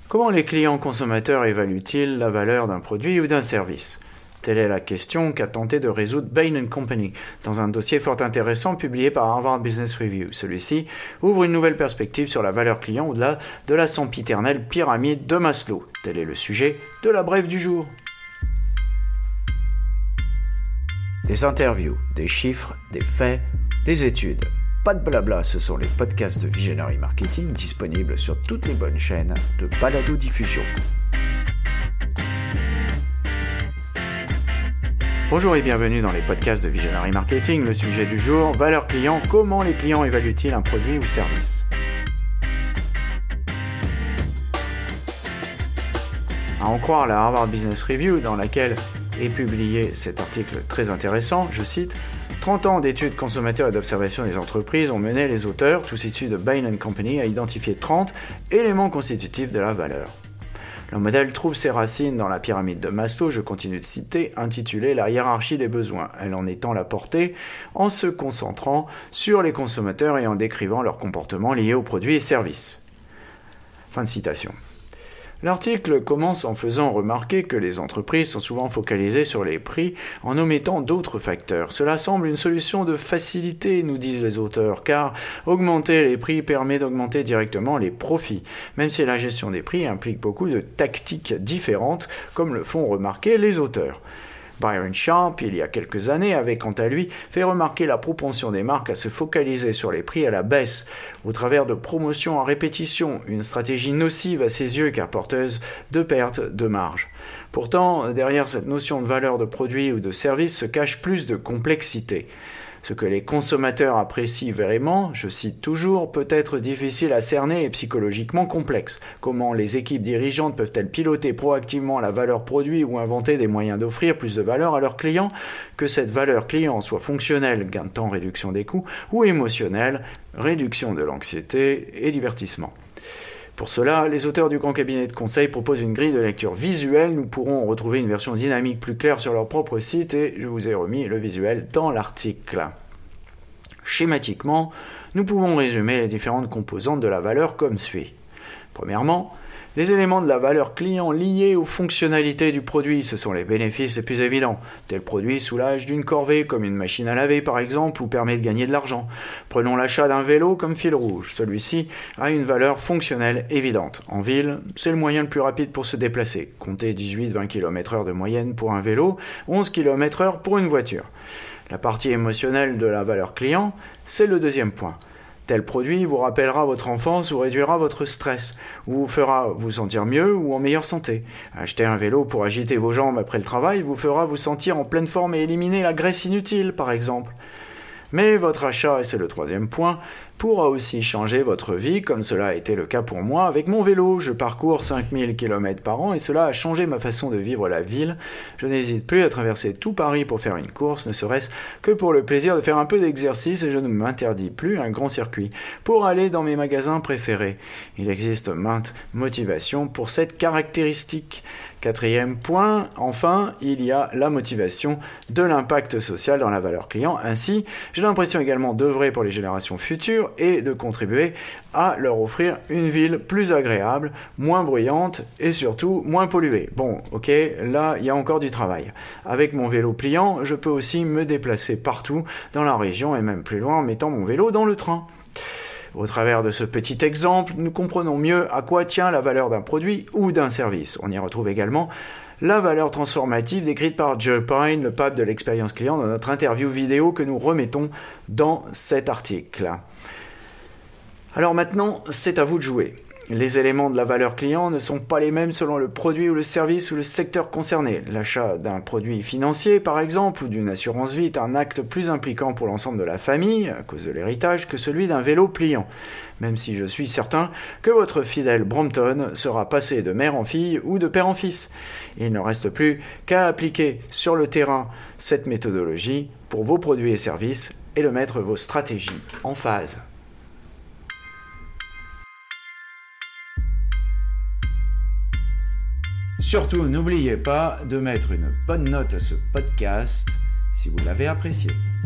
Comment les clients consommateurs évaluent-ils la valeur d'un produit ou d'un service ? Telle est la question qu'a tenté de résoudre Bain & Company dans un dossier fort intéressant publié par Harvard Business Review. Celui-ci ouvre une nouvelle perspective sur la valeur client au-delà de la sempiternelle pyramide de Maslow. Tel est le sujet de la brève du jour. Des interviews, des chiffres, des faits, des études. Pas de blabla, ce sont les podcasts de Visionary Marketing disponibles sur toutes les bonnes chaînes de balado-diffusion. Bonjour et bienvenue dans les podcasts de Visionary Marketing. Le sujet du jour, valeur client, comment les clients évaluent-ils un produit ou service ? À en croire la Harvard Business Review, dans laquelle est publié cet article très intéressant, je cite, 30 ans d'études consommateurs et d'observation des entreprises ont mené les auteurs, tous issus de Bain & Company, à identifier 30 éléments constitutifs de la valeur. Le modèle trouve ses racines dans la pyramide de Maslow, je continue de citer, intitulée « La hiérarchie des besoins », elle en étend la portée en se concentrant sur les consommateurs et en décrivant leurs comportements liés aux produits et services. Fin de citation. L'article commence en faisant remarquer que les entreprises sont souvent focalisées sur les prix en omettant d'autres facteurs. Cela semble une solution de facilité, nous disent les auteurs, car augmenter les prix permet d'augmenter directement les profits, même si la gestion des prix implique beaucoup de tactiques différentes, comme le font remarquer les auteurs. Byron Sharp, il y a quelques années, avait quant à lui fait remarquer la propension des marques à se focaliser sur les prix à la baisse, au travers de promotions à répétition, une stratégie nocive à ses yeux car porteuse de pertes de marge. Pourtant, derrière cette notion de valeur de produit ou de service se cache plus de complexité. Ce que les consommateurs apprécient vraiment, je cite toujours, peut être difficile à cerner et psychologiquement complexe. Comment les équipes dirigeantes peuvent-elles piloter proactivement la valeur produit ou inventer des moyens d'offrir plus de valeur à leurs clients, que cette valeur client soit fonctionnelle, gain de temps, réduction des coûts, ou émotionnelle, réduction de l'anxiété et divertissement. Pour cela, les auteurs du grand cabinet de conseil proposent une grille de lecture visuelle. Nous pourrons retrouver une version dynamique plus claire sur leur propre site et je vous ai remis le visuel dans l'article. Schématiquement, nous pouvons résumer les différentes composantes de la valeur comme suit. Premièrement, les éléments de la valeur client liés aux fonctionnalités du produit, ce sont les bénéfices les plus évidents. Tel produit soulage d'une corvée, comme une machine à laver par exemple, ou permet de gagner de l'argent. Prenons l'achat d'un vélo comme fil rouge. Celui-ci a une valeur fonctionnelle évidente. En ville, c'est le moyen le plus rapide pour se déplacer. Comptez 18-20 km/h de moyenne pour un vélo, 11 km/h pour une voiture. La partie émotionnelle de la valeur client, c'est le deuxième point. Tel produit vous rappellera votre enfance ou réduira votre stress, ou vous fera vous sentir mieux ou en meilleure santé. Acheter un vélo pour agiter vos jambes après le travail vous fera vous sentir en pleine forme et éliminer la graisse inutile, par exemple. Mais votre achat, et c'est le troisième point, pourra aussi changer votre vie, comme cela a été le cas pour moi avec mon vélo. Je parcours 5000 km par an et cela a changé ma façon de vivre la ville. Je n'hésite plus à traverser tout Paris pour faire une course, ne serait-ce que pour le plaisir de faire un peu d'exercice et je ne m'interdis plus un grand circuit pour aller dans mes magasins préférés. Il existe maintes motivations pour cette caractéristique. Quatrième point, enfin, il y a la motivation de l'impact social dans la valeur client. Ainsi, j'ai l'impression également d'œuvrer pour les générations futures et de contribuer à leur offrir une ville plus agréable, moins bruyante et surtout moins polluée. Bon, ok, là, il y a encore du travail. Avec mon vélo pliant, je peux aussi me déplacer partout dans la région et même plus loin en mettant mon vélo dans le train. Au travers de ce petit exemple, nous comprenons mieux à quoi tient la valeur d'un produit ou d'un service. On y retrouve également la valeur transformative décrite par Joe Pine, le pape de l'expérience client, dans notre interview vidéo que nous remettons dans cet article. Alors maintenant, c'est à vous de jouer. Les éléments de la valeur client ne sont pas les mêmes selon le produit ou le service ou le secteur concerné. L'achat d'un produit financier, par exemple, ou d'une assurance vie est un acte plus impliquant pour l'ensemble de la famille, à cause de l'héritage, que celui d'un vélo pliant. Même si je suis certain que votre fidèle Brompton sera passé de mère en fille ou de père en fils. Il ne reste plus qu'à appliquer sur le terrain cette méthodologie pour vos produits et services et de mettre vos stratégies en phase. Surtout, n'oubliez pas de mettre une bonne note à ce podcast si vous l'avez apprécié.